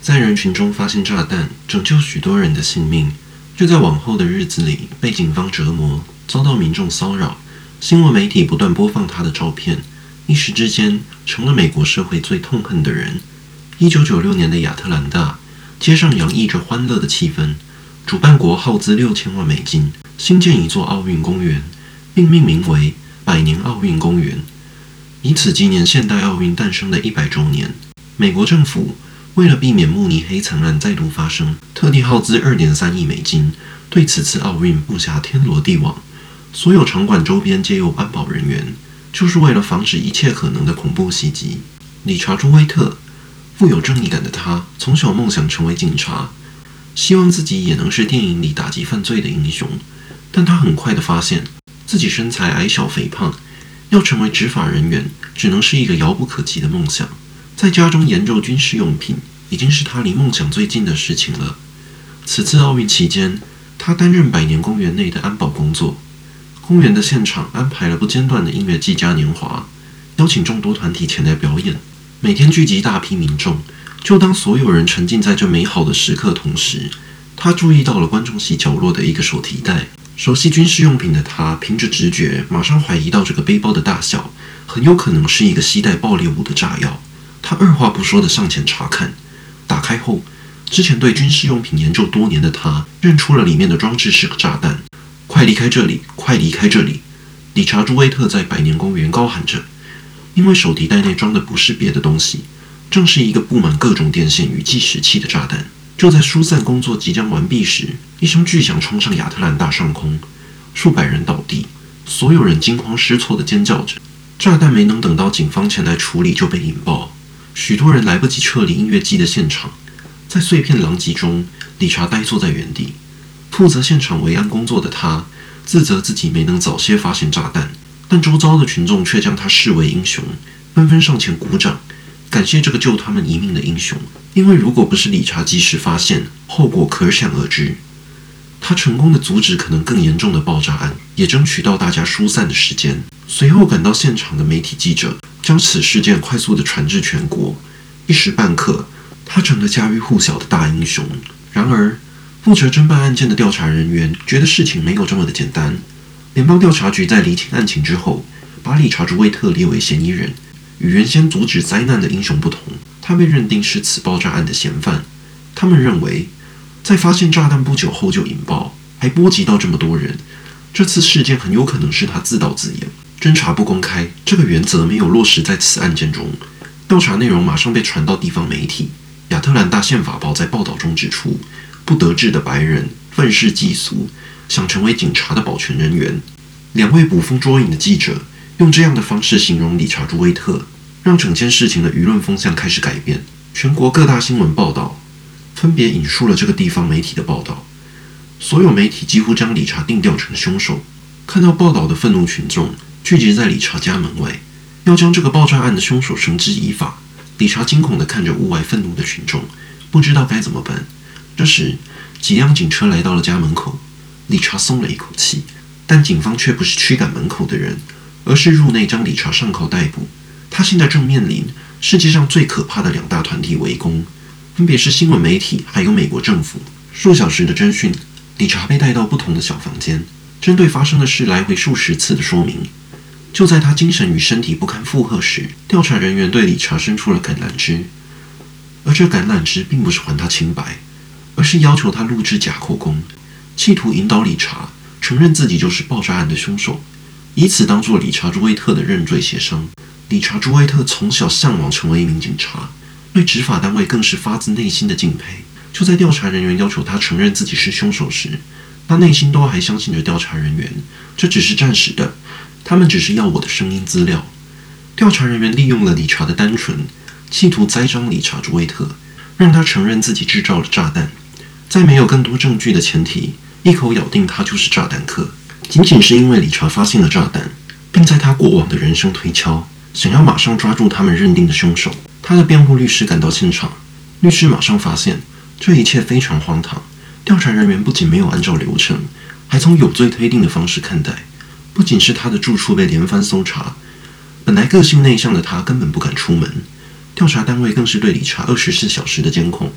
在人群中发现炸弹，拯救许多人的性命，却在往后的日子里被警方折磨，遭到民众骚扰。新闻媒体不断播放他的照片，一时之间成了美国社会最痛恨的人。1996年的亚特兰大，街上洋溢着欢乐的气氛，主办国耗资6000万美金，新建一座奥运公园，并命名为百年奥运公园，以此纪念现代奥运诞生的100周年。美国政府为了避免慕尼黑惨案再度发生，特地耗资2.3亿美金，对此次奥运布下天罗地网。所有场馆周边皆有安保人员，就是为了防止一切可能的恐怖袭击。理查·朱威特，富有正义感的他，从小梦想成为警察，希望自己也能是电影里打击犯罪的英雄。但他很快地发现，自己身材矮小肥胖，要成为执法人员，只能是一个遥不可及的梦想。在家中研究军事用品，已经是他离梦想最近的事情了。此次奥运期间，他担任百年公园内的安保工作。公园的现场安排了不间断的音乐季嘉年华，邀请众多团体前来表演，每天聚集大批民众。就当所有人沉浸在这美好的时刻同时，他注意到了观众席角落的一个手提袋。熟悉军事用品的他，凭着直觉，马上怀疑到这个背包的大小很有可能是一个携带爆裂物的炸药。他二话不说地上前查看，打开后，之前对军事用品研究多年的他，认出了里面的装置是个炸弹。快离开这里！快离开这里！理查·朱威特在百年公园高喊着，因为手提袋内装的不是别的东西，正是一个布满各种电线与计时器的炸弹。就在疏散工作即将完毕时，一声巨响冲上亚特兰大上空，数百人倒地，所有人惊慌失措地尖叫着。炸弹没能等到警方前来处理就被引爆，许多人来不及撤离音乐季的现场。在碎片狼藉中，理查呆坐在原地。负责现场维安工作的他，自责自己没能早些发现炸弹，但周遭的群众却将他视为英雄，纷纷上前鼓掌，感谢这个救他们一命的英雄。因为如果不是理查及时发现，后果可想而知。他成功的阻止可能更严重的爆炸案，也争取到大家疏散的时间。随后赶到现场的媒体记者将此事件快速地传至全国，一时半刻，他成了家喻户晓的大英雄。然而，负责侦办案件的调查人员觉得事情没有这么的简单。联邦调查局在厘清案情之后，把理查·朱威特列为嫌疑人。与原先阻止灾难的英雄不同，他被认定是此爆炸案的嫌犯。他们认为，在发现炸弹不久后就引爆，还波及到这么多人，这次事件很有可能是他自导自演。侦查不公开这个原则没有落实在此案件中，调查内容马上被传到地方媒体。亚特兰大宪法报在报道中指出，不得志的白人愤世嫉俗，想成为警察的保全人员。2位捕风捉影的记者用这样的方式形容理查·朱威特，让整件事情的舆论风向开始改变。全国各大新闻报道分别引述了这个地方媒体的报道，所有媒体几乎将理查定调成凶手。看到报道的愤怒群众聚集在理查家门外，要将这个爆炸案的凶手绳之以法。理查惊恐地看着屋外愤怒的群众，不知道该怎么办。这时，几辆警车来到了家门口，理查松了一口气，但警方却不是驱赶门口的人，而是入内将理查上铐逮捕。他现在正面临世界上最可怕的2大团体围攻，分别是新闻媒体还有美国政府。数小时的侦讯，理查被带到不同的小房间，针对发生的事来回数十次的说明。就在他精神与身体不堪负荷时，调查人员对理查伸出了橄榄枝，而这橄榄枝并不是还他清白，而是要求他录制假口供，企图引导理查承认自己就是爆炸案的凶手，以此当作理查·朱威特的认罪协商。理查·朱威特从小向往成为一名警察，对执法单位更是发自内心的敬佩。就在调查人员要求他承认自己是凶手时，他内心都还相信着调查人员，这只是暂时的，他们只是要我的声音资料。调查人员利用了理查的单纯，企图栽赃理查·朱威特，让他承认自己制造了炸弹。在没有更多证据的前提，一口咬定他就是炸弹客。仅仅是因为理查发现了炸弹，并在他过往的人生推敲，想要马上抓住他们认定的凶手。他的辩护律师赶到现场，律师马上发现这一切非常荒唐。调查人员不仅没有按照流程，还从有罪推定的方式看待。不仅是他的住处被连番搜查，本来个性内向的他根本不敢出门。调查单位更是对理查24小时的监控，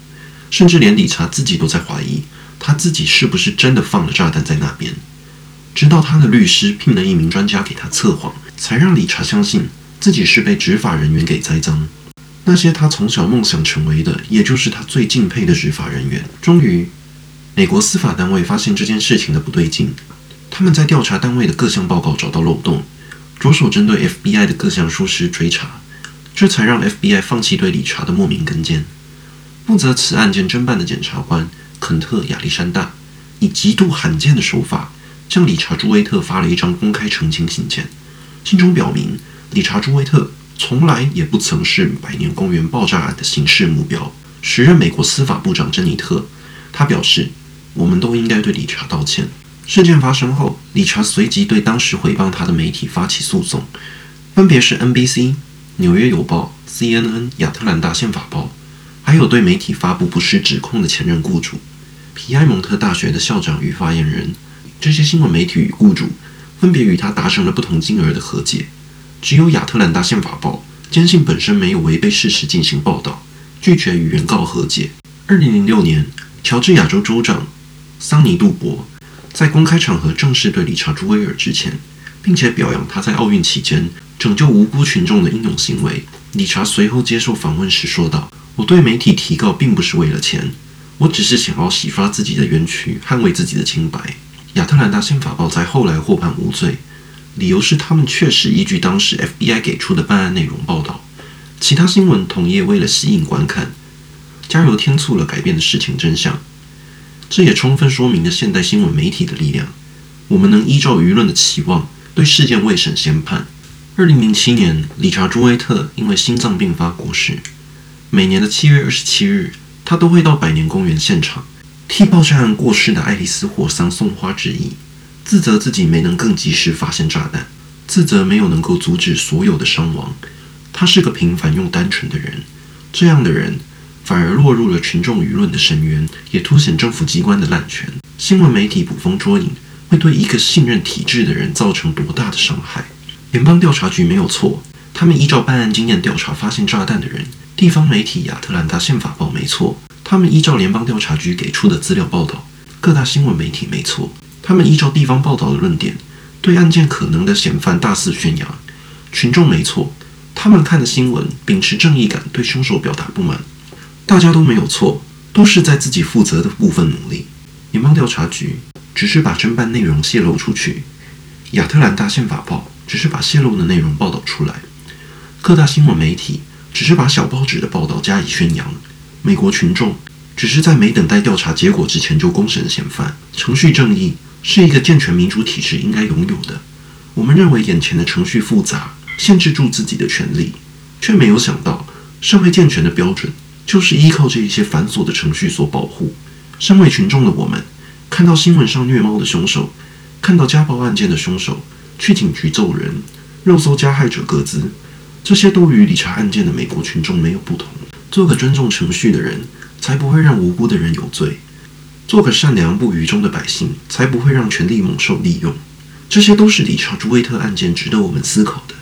甚至连理查自己都在怀疑他自己是不是真的放了炸弹在那边。直到他的律师聘了一名专家给他测谎，才让理查相信自己是被执法人员给栽赃。那些他从小梦想成为的，也就是他最敬佩的执法人员，终于，美国司法单位发现这件事情的不对劲。他们在调查单位的各项报告找到漏洞，着手针对 FBI 的各项疏失追查，这才让 FBI 放弃对理查的莫名跟监。负责此案件侦办的检察官肯特·亚历山大以极度罕见的手法，向理查·朱威特发了一张公开澄清信件。信中表明，理查·朱威特从来也不曾是百年公园爆炸案的刑事目标。时任美国司法部长珍妮特，他表示：“我们都应该对理查道歉。”事件发生后，理查随即对当时诽谤他的媒体发起诉讼，分别是 NBC、纽约邮报、CNN、亚特兰大宪法报，还有对媒体发布不实指控的前任雇主皮埃蒙特大学的校长与发言人。这些新闻媒体与雇主分别与他达成了不同金额的和解。只有亚特兰大宪法报坚信本身没有违背事实进行报道，拒绝与原告和解。2006年，乔治亚州州长桑尼·杜博在公开场合正式对理查·朱威尔致歉，并且表扬他在奥运期间拯救无辜群众的英勇行为。理查随后接受访问时说道：“我对媒体提告并不是为了钱，我只是想要洗刷自己的冤屈，捍卫自己的清白。”亚特兰大宪法报在后来获判无罪，理由是他们确实依据当时 FBI 给出的办案内容报道。其他新闻同业为了吸引观看，加油添醋了改变的事情真相。这也充分说明了现代新闻媒体的力量。我们能依照舆论的期望，对事件未审先判。2007年，理查·朱威特因为心脏病发过世。每年的7月27日，他都会到百年公园现场，替爆炸案过世的爱丽丝·霍桑送花致意，自责自己没能更及时发现炸弹，自责没有能够阻止所有的伤亡。他是个平凡又单纯的人，这样的人反而落入了群众舆论的深渊，也凸显政府机关的滥权。新闻媒体捕风捉影，会对一个信任体制的人造成多大的伤害？联邦调查局没有错，他们依照办案经验调查发现炸弹的人。地方媒体亚特兰大宪法报没错，他们依照联邦调查局给出的资料报道。各大新闻媒体没错，他们依照地方报道的论点，对案件可能的嫌犯大肆宣扬。群众没错，他们看的新闻秉持正义感，对凶手表达不满。大家都没有错，都是在自己负责的部分努力。联邦调查局只是把侦办内容泄露出去，亚特兰大宪法报只是把泄露的内容报道出来，各大新闻媒体只是把小报纸的报道加以宣扬。美国群众只是在没等待调查结果之前就公审嫌犯。程序正义是一个健全民主体制应该拥有的。我们认为眼前的程序复杂，限制住自己的权利，却没有想到社会健全的标准就是依靠这一些繁琐的程序所保护。身为群众的我们，看到新闻上虐猫的凶手，看到家暴案件的凶手去警局揍人，肉搜加害者个资，这些都与理查案件的美国群众没有不同。做个尊重程序的人，才不会让无辜的人有罪；做个善良不愚忠的百姓，才不会让权力猛兽利用。这些都是理查·朱威特案件值得我们思考的。